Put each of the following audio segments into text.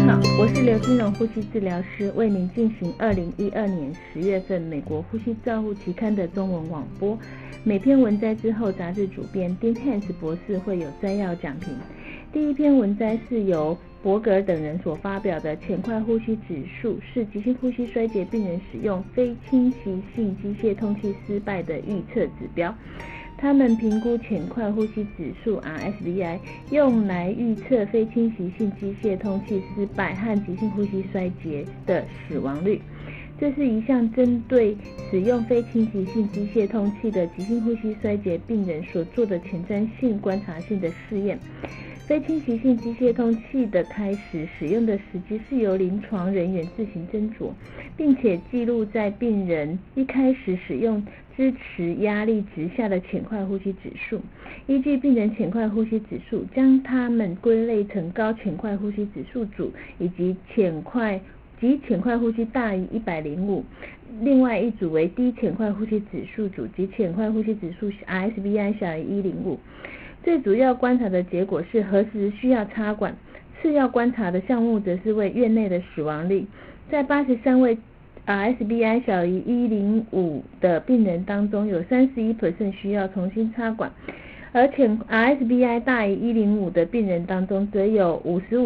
好，我是刘金荣呼吸治疗师，为您进行2012年10月份美国呼吸照护期刊的中文网播。每篇文摘之后，杂志主编丁汉斯博士会有摘要讲评。第一篇文摘是由伯格尔等人所发表的浅快呼吸指数，是急性呼吸衰竭病人使用非侵袭性机械通气失败的预测指标。他们评估浅快呼吸指数 RSVI， 用来预测非侵袭性机械通气失败和急性呼吸衰竭的死亡率。这是一项针对使用非侵袭性机械通气的急性呼吸衰竭病人所做的前瞻性观察性的试验。非侵袭性机械通气的开始使用的时机是由临床人员自行斟酌，并且记录在病人一开始使用支持压力值下的浅快呼吸指数。依据病人浅快呼吸指数，将它们归类成高浅快呼吸指数组以及浅快呼吸大于105，另外一组为低浅快呼吸指数组及浅快呼吸指数 RSVI 小于105。最主要观察的结果是何时需要插管，次要观察的项目则是为院内的死亡率。在83位RSVI 小于105的病人当中，有 31% 需要重新插管，而且 RSVI 大于105的病人当中则有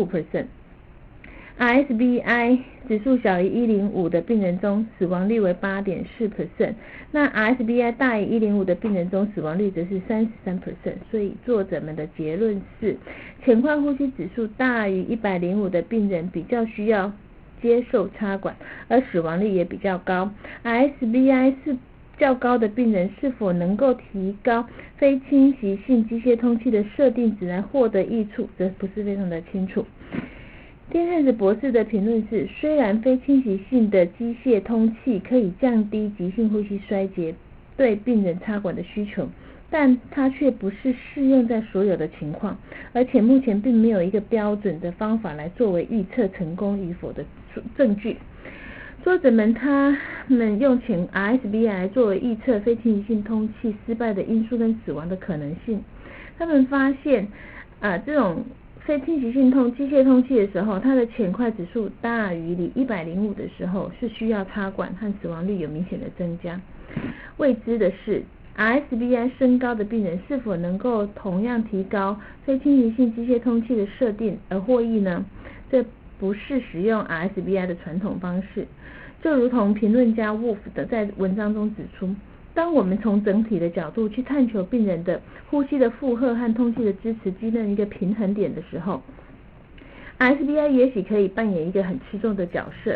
55%。RSVI 指数小于105的病人中，死亡率为 8.4%， 那 RSVI 大于105的病人中，死亡率则是 33%。 所以作者们的结论是，浅快呼吸指数大于105的病人比较需要接受插管，而死亡率也比较高。RSVI 是较高的病人是否能够提高非侵袭性机械通气的设定值来获得益处，则不是非常的清楚。丁汉斯博士的评论是，虽然非侵袭性的机械通气可以降低急性呼吸衰竭对病人插管的需求，但它却不是适用在所有的情况，而且目前并没有一个标准的方法来作为预测成功与否的证据。作者们他们用浅 RSVI 作为预测非侵袭性通气失败的因素跟死亡的可能性。他们发现这种非侵袭性机械通气的时候，它的浅快指数大于105的时候，是需要插管和死亡率有明显的增加。未知的是RSVI 升高的病人是否能够同样提高非侵袭性机械通气的设定而获益呢？这不是使用 RSVI 的传统方式。就如同评论家 Wolf 在文章中指出，当我们从整体的角度去探求病人的呼吸的负荷和通气的支持机能一个平衡点的时候， RSVI 也许可以扮演一个很吃重的角色。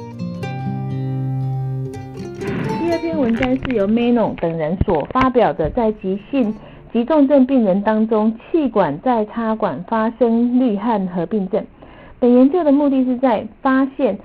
第二篇文章是由 Menon 等人所发表的，在急重症病人当中气管再插管发生率和合并症。本研究的目的是在发现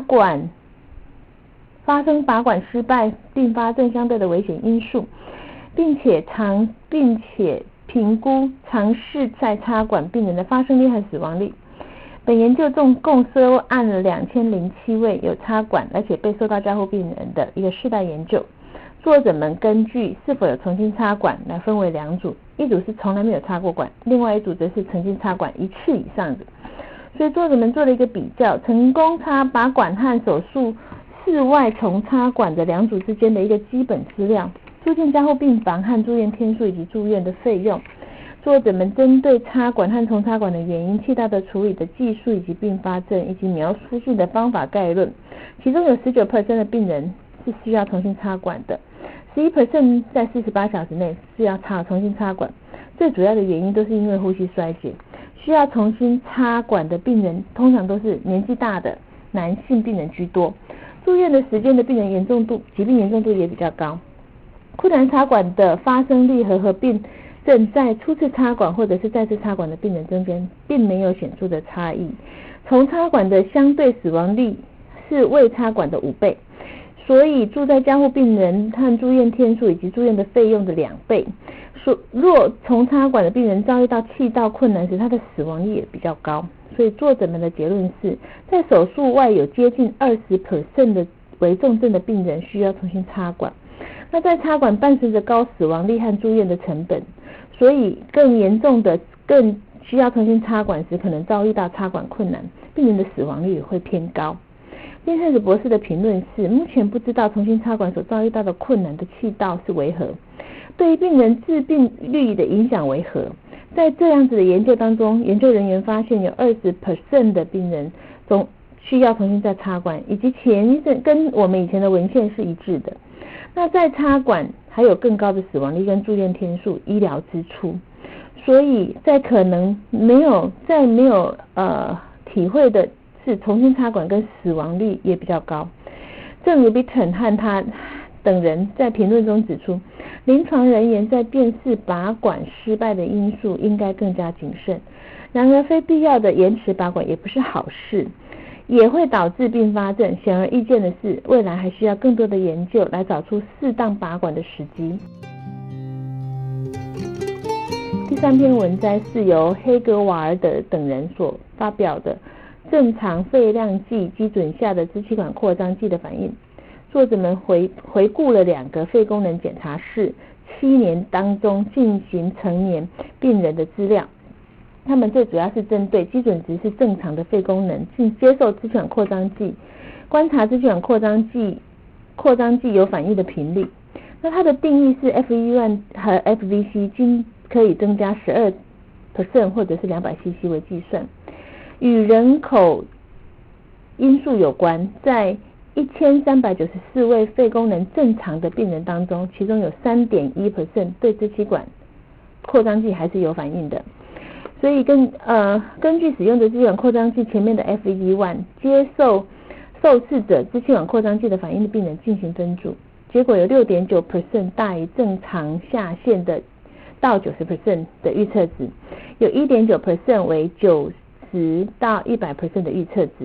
发生拔管失败并发症相对的危险因素，并且评估尝试再插管病人的发生率和死亡率。本研究共收案了2007位有插管而且被受到加护病人的一个世代研究。作者们根据是否有重新插管来分为两组，一组是从来没有插过管，另外一组则是曾经插管1次以上的。所以作者们做了一个比较，成功拔管和手术室外重插管的两组之间的一个基本资料，住进加护病房和住院天数以及住院的费用。作者们针对插管和重插管的原因、气道的处理的技术以及并发症以及描述性的方法概论。其中有 19% 的病人是需要重新插管的， 11% 在48小时内是要重新插管。最主要的原因都是因为呼吸衰竭。需要重新插管的病人通常都是年纪大的男性病人居多，住院的时间的病人疾病严重度也比较高。困难插管的发生率和合并症在初次插管或者是再次插管的病人中间并没有显著的差异。重插管的相对死亡率是未插管的5倍，所以住在加护病人和住院天数以及住院的费用的2倍。若重插管的病人遭遇到气道困难时，他的死亡率也比较高。所以作者们的结论是，在手术外有接近20% 的危重症的病人需要重新插管。那在插管伴随着高死亡率和住院的成本，所以更需要重新插管时可能遭遇到插管困难，病人的死亡率会偏高。丁汉斯博士的评论是，目前不知道重新插管所遭遇到的困难的气道是为何，对于病人致病率的影响为何。在这样子的研究当中，研究人员发现有 20% 的病人需要重新再插管，以及跟我们以前的文献是一致的。那再插管还有更高的死亡率跟住院天数、医疗支出，所以在可能没有体会的是重新插管跟死亡率也比较高。正如 Bitton 和他等人在评论中指出，临床人员在辨识拔管失败的因素应该更加谨慎。然而非必要的延迟拔管也不是好事，也会导致并发症。显而易见的是，未来还需要更多的研究来找出适当拔管的时机。第3篇文摘是由黑格瓦尔德等人所发表的正常肺量计基准下的支气管扩张剂的反应。作者们回顾了2个肺功能检查室7年当中进行成年病人的资料，他们最主要是针对基准值是正常的肺功能接受支气管扩张剂，观察支气管扩张剂有反应的频率。那它的定义是 FEV1 和 FVC 均可以增加 12% 或者是 200cc 为计算，与人口因素有关。在1394位肺功能正常的病人当中，其中有 3.1% 对支气管扩张剂还是有反应的。所以根据使用的支气管扩张剂前面的 FEV1 接受受试者支气管扩张剂的反应的病人进行分组，结果有 6.9% 大于正常下限的到 90% 的预测值，有 1.9% 为90到100% 的预测值。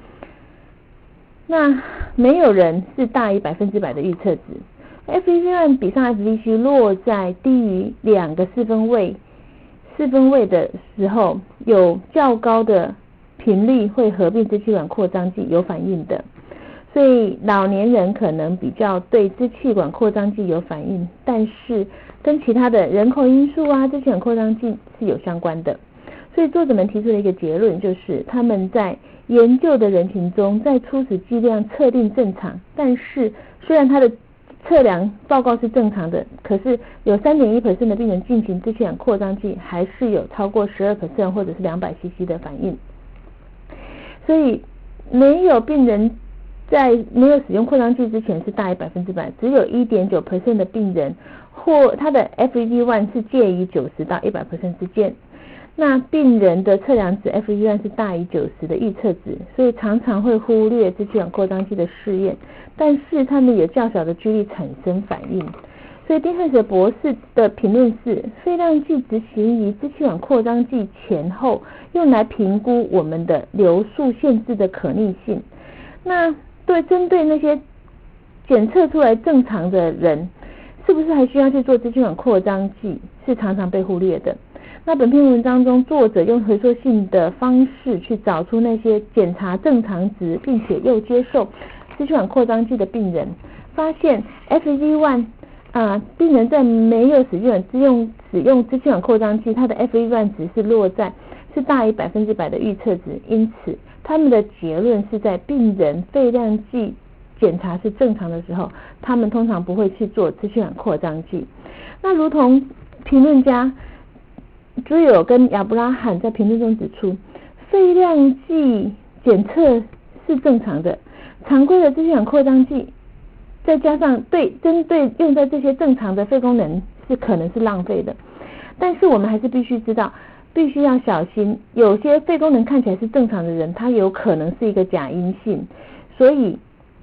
那没有人是大于100%的预测值。FEV1 比上 FVC 落在低于2个4分位的时候，有较高的频率会合并支气管扩张剂有反应的。所以老年人可能比较对支气管扩张剂有反应，但是跟其他的人口因素支气管扩张剂是有相关的。所以作者们提出了一个结论，就是他们在研究的人群中，在初始剂量测定正常，但是虽然它的测量报告是正常的，可是有 3.1% 的病人进行支气管扩张剂还是有超过 12% 或者是 200cc 的反应。所以没有病人在没有使用扩张剂之前是大于100%，只有 1.9% 的病人或他的 FEV1 是介于90到100% 之间。那病人的测量值 FEV1 是大于90的预测值，所以常常会忽略支气管扩张剂的试验，但是他们有较小的几率产生反应。所以丁汉斯博士的评论是，肺量计执行于支气管扩张剂前后，用来评估我们的流速限制的可逆性。那针对那些检测出来正常的人，是不是还需要去做支气管扩张剂，是常常被忽略的。那本篇文章中，作者用回溯性的方式去找出那些检查正常值并且又接受支气管扩张剂的病人，发现 FEV1 病人在没有使用支气管扩张剂，他的 FEV1 值是大于100%的预测值，因此他们的结论是在病人肺量计检查是正常的时候，他们通常不会去做支气管扩张剂。那如同评论家朱友跟亚伯拉罕在评论中指出，肺量计检测是正常的，常规的支气管扩张剂再加上针对用在这些正常的肺功能是可能是浪费的。但是我们还是必须要小心，有些肺功能看起来是正常的人，他有可能是一个假阴性。所以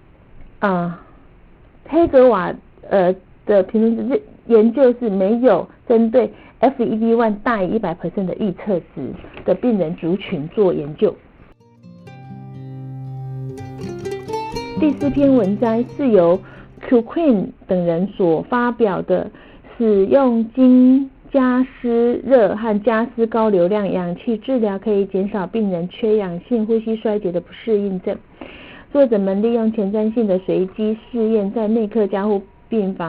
黑格瓦的评论研究是没有针对 FEV1 大于100% 的预测值的病人族群做研究。第4篇文摘是由 Quinn 等人所发表的使用经加湿热和加湿高流量氧气治疗可以减少病人缺氧性呼吸衰竭的不适应症。作者们利用前瞻性的随机试验，在内科加护病房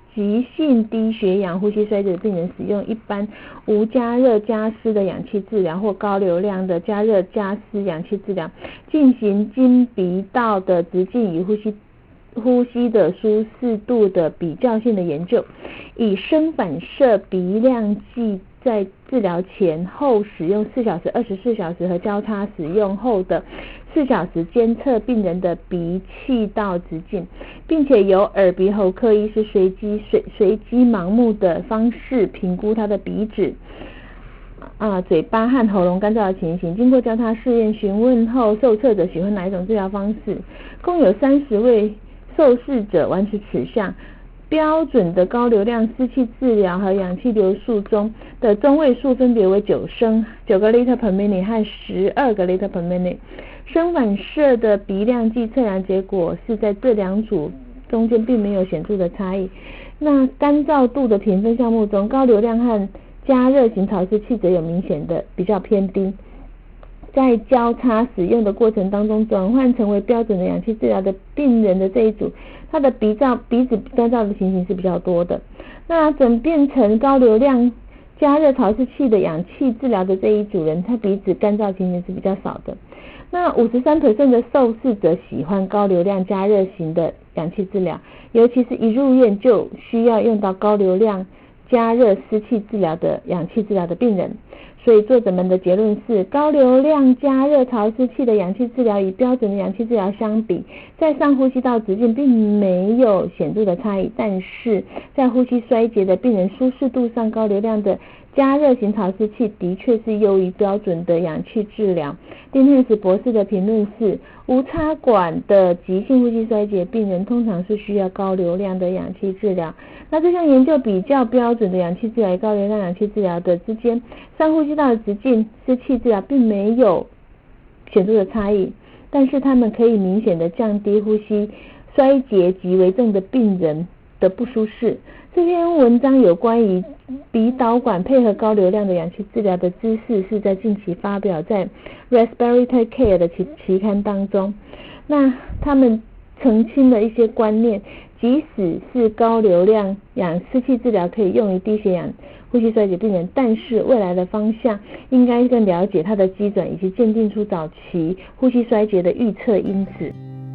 急性低血氧、呼吸衰竭的病人使用一般无加热加湿的氧气治疗或高流量的加热加湿氧气治疗，进行经鼻道的直径与呼吸的舒适度的比较性的研究，以声反射鼻量计在治疗前后使用4小时、24小时和交叉使用后的4小时监测病人的鼻气道直径，并且由耳鼻喉科医师随机盲目的方式评估他的鼻子、嘴巴和喉咙干燥的情形。经过交叉试验询问后，受测者喜欢哪一种治疗方式，共有30位受试者完成此项。标准的高流量湿气治疗和氧气流速中的中位数分别为9个 liter per minute 和12个 liter per minute。声反射的鼻量计测量结果是在这两组中间并没有显著的差异。那干燥度的评分项目中，高流量和加热型潮湿器则有明显的比较偏低。在交叉使用的过程当中，转换成为标准的氧气治疗的病人的这一组，他的鼻子干燥的情形是比较多的。那转变成高流量加热潮湿器的氧气治疗的这一组人，他鼻子干燥情形是比较少的。那 53% 的受试者喜欢高流量加热型的氧气治疗，尤其是一入院就需要用到高流量加热湿气治疗的氧气治疗的病人。所以作者们的结论是，高流量加热潮湿器的氧气治疗与标准的氧气治疗相比，在上呼吸道直径并没有显著的差异，但是在呼吸衰竭的病人舒适度上，高流量的加热型潮湿器的确是优于标准的氧气治疗。丁汉斯博士的评论是，无插管的急性呼吸衰竭病人通常是需要高流量的氧气治疗。那这项研究比较标准的氧气治疗与高流量氧气治疗的之间，上呼吸道的直径湿气治疗并没有显著的差异，但是它们可以明显的降低呼吸衰竭极为重的病人的不舒适。这篇文章有关于鼻导管配合高流量的氧气治疗的知识是在近期发表在 Respiratory Care 的期刊当中。那他们澄清了一些观念，即使是高流量湿气治疗可以用于低血氧呼吸衰竭病人，但是未来的方向应该更了解它的机转，以及鉴定出早期呼吸衰竭的预测因子。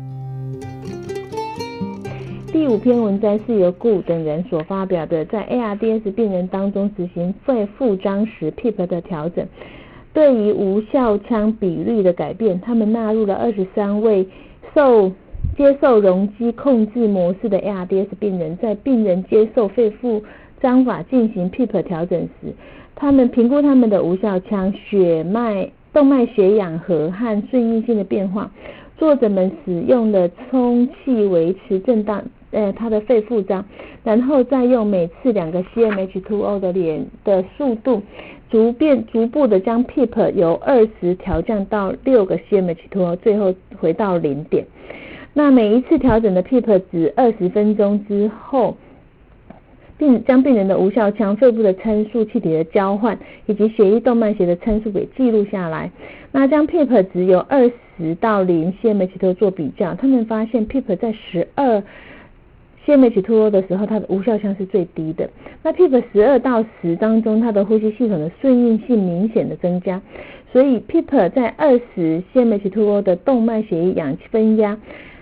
第5篇文章是由顾等人所发表的，在 ARDS 病人当中执行肺复张时 PEEP 的调整，对于无效腔比率的改变。他们纳入了23位接受容积控制模式的 ARDS 病人，在病人接受肺复张法进行 PEEP 调整时，他们评估他们的无效腔、动脉血氧和顺应性的变化。作者们使用了充气维持震荡它的肺复张，然后再用每次2个 cmH2O 的速度逐步的将 PEEP 由20调降到6个 cmH2O， 最后回到0点。那每一次调整的 PEEP 值20分钟之后，将病人的无效腔、肺部的参数、气体的交换以及血液动脉学的参数给记录下来。那将 PEEP 值由20到0 cmH2O 做比较，他们发现 PEEP 在12 cmH2O 的时候，它的无效腔是最低的。那 PEEP 12到10当中，它的呼吸系统的顺应性明显的增加，所以 PEEP 在20 cmH2O 的动脉血液氧气分压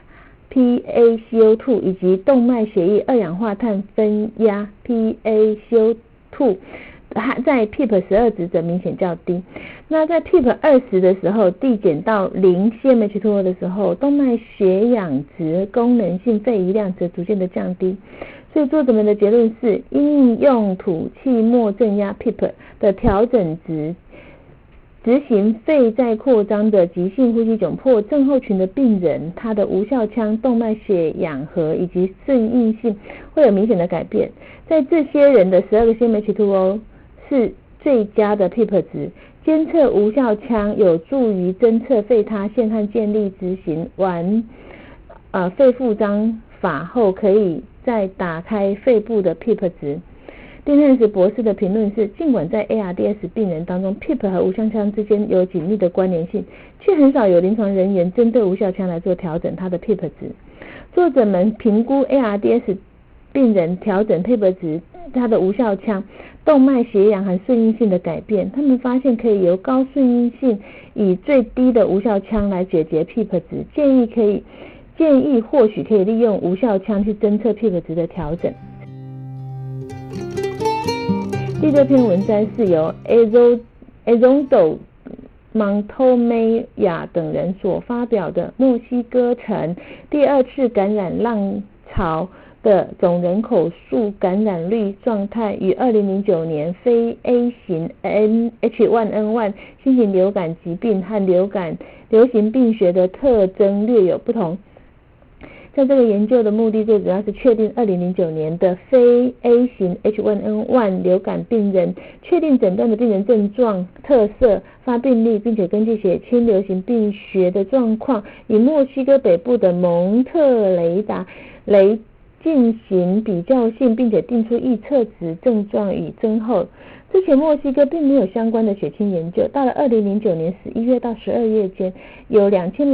PaCO2 以及动脉血液二氧化碳分压 PaCO2 在 PEEP 12值则明显较低。那在 PEEP 20的时候，递减到0 cmH2O 的时候，动脉血氧值功能性肺移量则逐渐的降低。所以作者们的结论是，应用吐气末正压 PEEP 的调整值执行肺再扩张的急性呼吸窘迫症候群的病人，他的无效腔、动脉血氧和以及顺应性会有明显的改变。在这些人的12个 cmH2O 是最佳的 PEEP 值。监测无效腔有助于侦测肺塌陷和建立执行完肺复张法后可以再打开肺部的 PEEP 值。丁汉斯博士的评论是，尽管在 ARDS 病人当中 PEEP 和无效腔之间有紧密的关联性，却很少有临床人员针对无效腔来做调整它的 PEEP 值。作者们评估 ARDS 病人调整配合值它的无效腔、动脉血氧和顺应性的改变。他们发现可以由高顺应性以最低的无效腔来解决 PEEP 值，建议或许可以利用无效腔去侦测 PEEP 值的调整。第6篇文摘是由 Azondo Montemayor 等人所发表的墨西哥城第2次感染浪潮的总人口数感染率状态与2009年非 A 型 H1N1 新型流感疾病和流行病学的特征略有不同。在这个研究的目的最主要是确定2009年的非 A 型 H1N1 流感病人确定诊断的病人症状特色、发病率，并且根据血清流行病学的状况，以墨西哥北部的蒙特雷进行比较性，并且定出预测值症状与增厚。之前墨西哥并没有相关的血清研究，到了2009年11月到12月间，有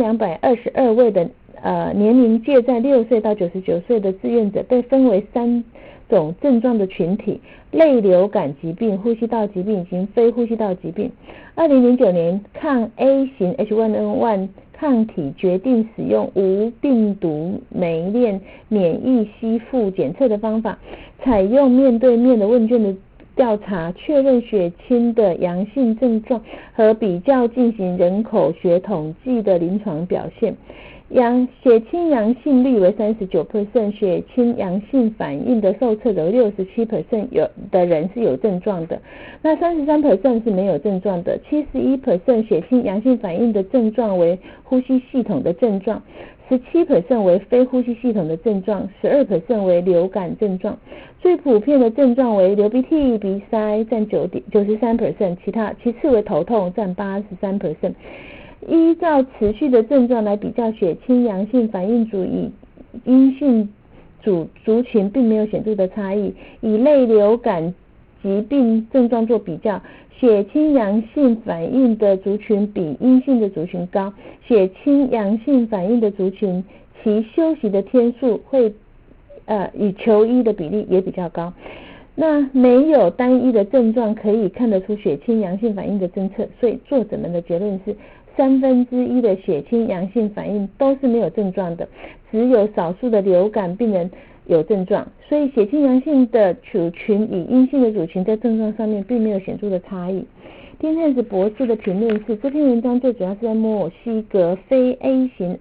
2222位的年龄介在6岁到99岁的志愿者被分为3种症状的群体：类流感疾病、呼吸道疾病以及非呼吸道疾病。2009年抗 A 型 H1N1 抗体决定使用无病毒酶链免疫吸附检测的方法，采用面对面的问卷的调查，确认血清的阳性症状和比较进行人口学统计的临床表现。血清阳性率为 39%， 血清阳性反应的受测者 67% 有的人是有症状的，那 33% 是没有症状的， 71% 血清阳性反应的症状为呼吸系统的症状， 17% 为非呼吸系统的症状， 12% 为流感症状。最普遍的症状为流鼻涕、鼻塞占 93%， 其次为头痛占 83%。依照持续的症状来比较血清阳性反应组与阴性族群并没有显著的差异。以类流感疾病症状做比较，血清阳性反应的族群比阴性的族群高，血清阳性反应的族群其休息的天数会与求医的比例也比较高。那没有单一的症状可以看得出血清阳性反应的侦测，所以作者们的结论是1/3的血清阳性反应都是没有症状的，只有少数的流感病人有症状，所以血清阳性的组群与阴性的组群在症状上面并没有显著的差异。丁汉斯博士的评论是，这篇文章最主要是在墨西哥非 A 型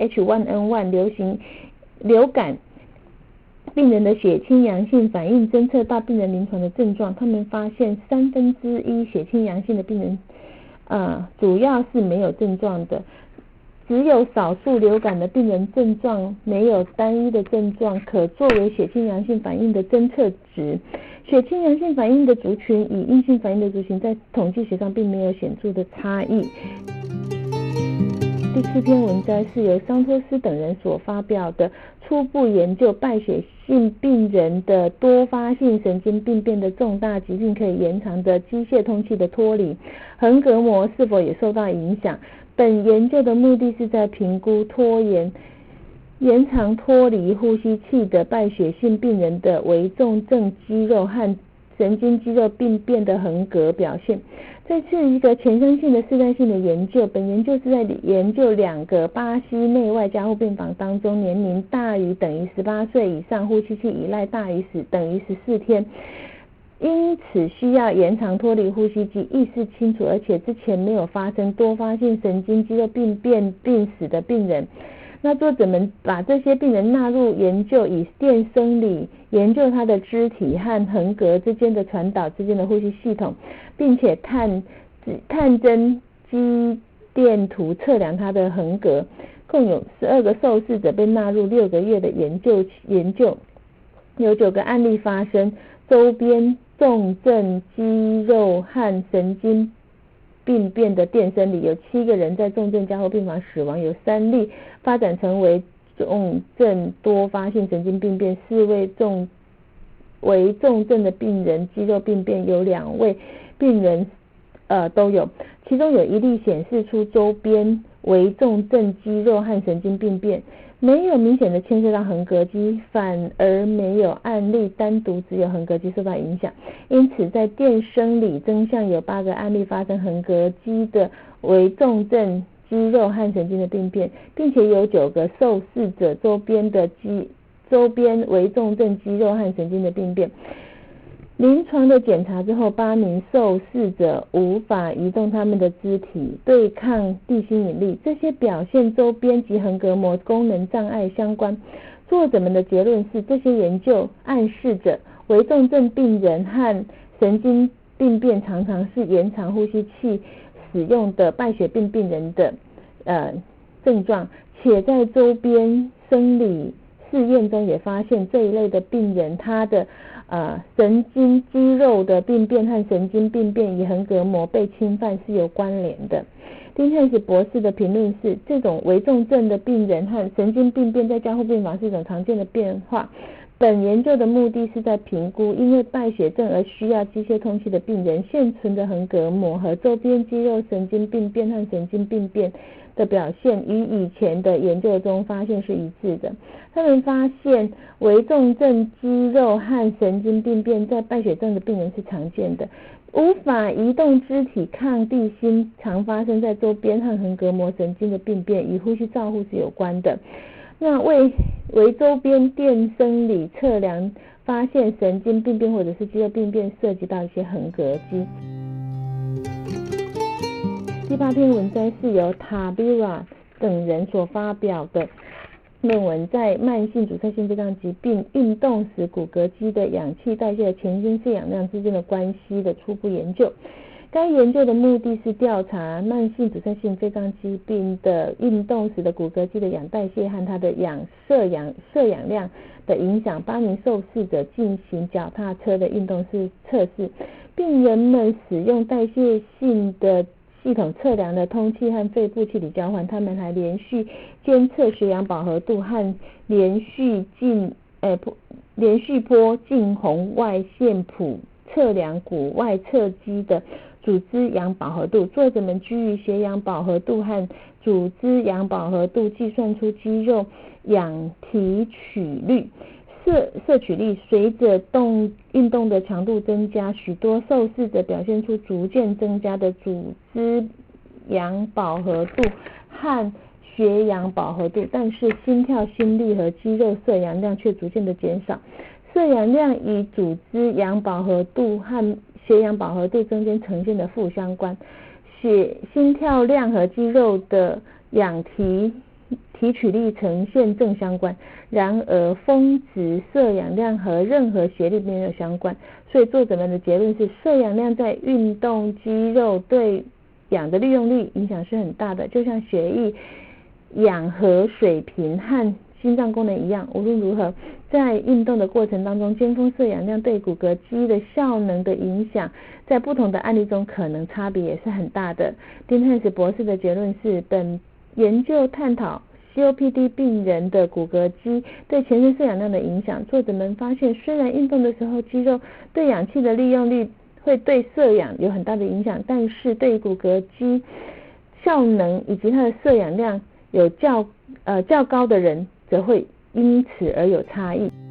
H1N1 流感病人的血清阳性反应侦测到病人临床的症状，他们发现1/3血清阳性的病人主要是没有症状的，只有少数流感的病人症状没有单一的症状可作为血清阳性反应的侦测值。血清阳性反应的族群与阴性反应的族群在统计学上并没有显著的差异。第4篇文摘是由桑托斯等人所发表的初步研究败血性病人的多发性神经病变的重大疾病可以延长的机械通气的脱离，横膈膜是否也受到影响。本研究的目的是在评估延长脱离呼吸器的败血性病人的微重症肌肉和神经肌肉病变的横膈表现。这是一个前瞻性的世代性的研究，本研究是在研究2个巴西内外加护病房当中，年龄大于等于18岁以上，呼吸器依赖大于等于14天，因此需要延长脱离呼吸机、意识清楚而且之前没有发生多发性神经肌肉病变病史的病人。那作者们把这些病人纳入研究，以电生理研究他的肢体和横膈之间的传导之间的呼吸系统，并且探针肌电图测量他的横膈。共有12个受试者被纳入6个月的研究，有9个案例发生周边重症肌肉和神经病变的电生理，有7个人在重症加护病房死亡，有3例发展成为重症多发性神经病变，4位为重症的病人肌肉病变，有2位病人都有，其中有1例显示出周边为重症肌肉和神经病变。 没有明显的牵涉到横膈肌，反而没有案例单独只有横膈肌受到影响。因此在电生理征象有8个案例发生横膈肌的微重症肌肉和神经的病变，并且有9个受试者周边微重症肌肉和神经的病变。临床的检查之后，8名受试者无法移动他们的肢体，对抗地心引力，这些表现周边及横膈膜功能障碍相关。作者们的结论是，这些研究暗示着微重症病人和神经病变常常是延长呼吸器使用的败血病病人的症状，且在周边生理试验中也发现这一类的病人他的神经肌肉的病变和神经病变与横膈膜被侵犯是有关联的。丁汉斯博士的评论是，这种微重症的病人和神经病变在加护病房是一种常见的变化。本研究的目的是在评估因为败血症而需要机械通气的病人现存的横膈膜和周边肌肉神经病变和神经病变的表现与以前的研究中发现是一致的。他们发现微重症肌肉和神经病变在败血症的病人是常见的。无法移动肢体抗地心常发生在周边和横膈膜神经的病变与呼吸照护是有关的。那为周边电生理测量发现神经病变或者是肌肉病变涉及到一些横膈肌。第8篇文摘是由 Tabira 等人所发表的论文，在慢性阻塞性肺脏疾病运动时骨骼肌的氧气代谢前进摄氧量之间的关系的初步研究。该研究的目的是调查慢性阻塞性肺脏疾病的运动时的骨骼肌的氧代谢和它的摄氧量的影响。8名受试者进行脚踏车的运动式测试，病人们使用代谢性的系统测量了通气和肺部气体交换。他们还连续监测血氧饱和度和连续波径红外线谱测量骨外侧肌的组织氧饱和度。作者们基于血氧饱和度和组织氧饱和度计算出肌肉氧提取率、摄取率。随着运动的强度增加，许多受试者表现出逐渐增加的组织氧饱和度和血氧饱和度，但是心跳、心率和肌肉摄氧量却逐渐的减少。摄氧量与组织氧饱和度和血氧饱和度中间呈现的负相关，心跳量和肌肉的氧提取率呈现正相关。然而峰值摄氧量和任何血率没有相关，所以作者们的结论是，摄氧量在运动肌肉对氧的利用率影响是很大的，就像血液氧合水平和心脏功能一样。无论如何，在运动的过程当中，尖峰摄氧量对骨骼肌的效能的影响在不同的案例中可能差别也是很大的。丁汉斯博士的结论是，本研究探讨 COPD 病人的骨骼肌对全身摄氧量的影响。作者们发现，虽然运动的时候肌肉对氧气的利用率会对摄氧有很大的影响，但是对于骨骼肌效能以及它的摄氧量有较高的人则会因此而有差异。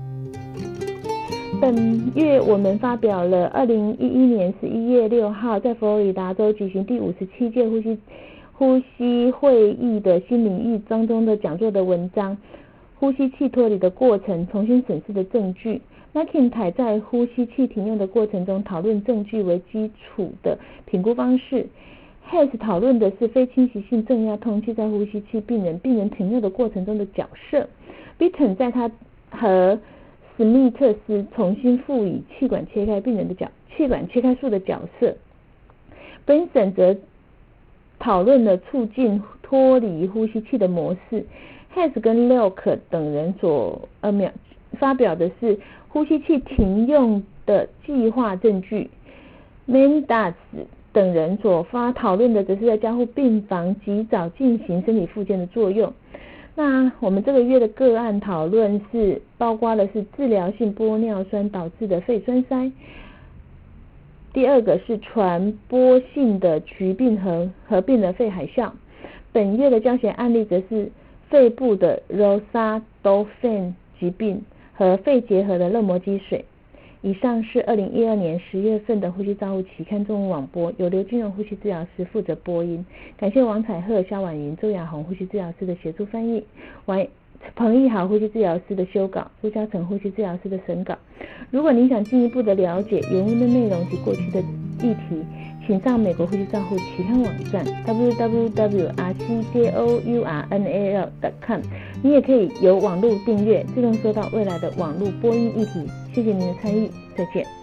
本月我们发表了2011年11月6号在佛罗里达州举行第57届呼吸会议的新领域当中的讲座的文章，呼吸器脱离的过程重新审视的证据。McIntyre 在呼吸器停用的过程中讨论证据为基础的评估方式。Hess 讨论的是非侵袭性正压通气在呼吸器病人停用的过程中的角色。Bitten 在他和史密特斯重新赋予气管切开术的角色。Benson 则讨论了促进脱离呼吸器的模式。Hess 跟 Lelk 等人所发表的是呼吸器停用的计划证据。Mendas 等人所讨论的则是在加护病房及早进行身体复健的作用。那我们这个月的个案讨论是包括的是治疗性玻尿酸导致的肺栓塞，第二个是传播性的曲病合并的肺海啸。本月的教学案例则是肺部的 Rosa-Dolphin 疾病和肺结核的肉膜积水。以上是2012年10月份的呼吸照护期刊中文网播，由刘金荣呼吸治疗师负责播音，感谢王彩鹤、肖婉云、周雅红呼吸治疗师的协助翻译，彭义豪呼吸治疗师的修稿，朱嘉诚呼吸治疗师的审稿。如果您想进一步的了解原文的内容及过去的议题，请上美国呼吸照护期刊网站 www.rcjournal.com， 你也可以由网络订阅，自动收到未来的网络播音议题。谢谢您的参与，再见。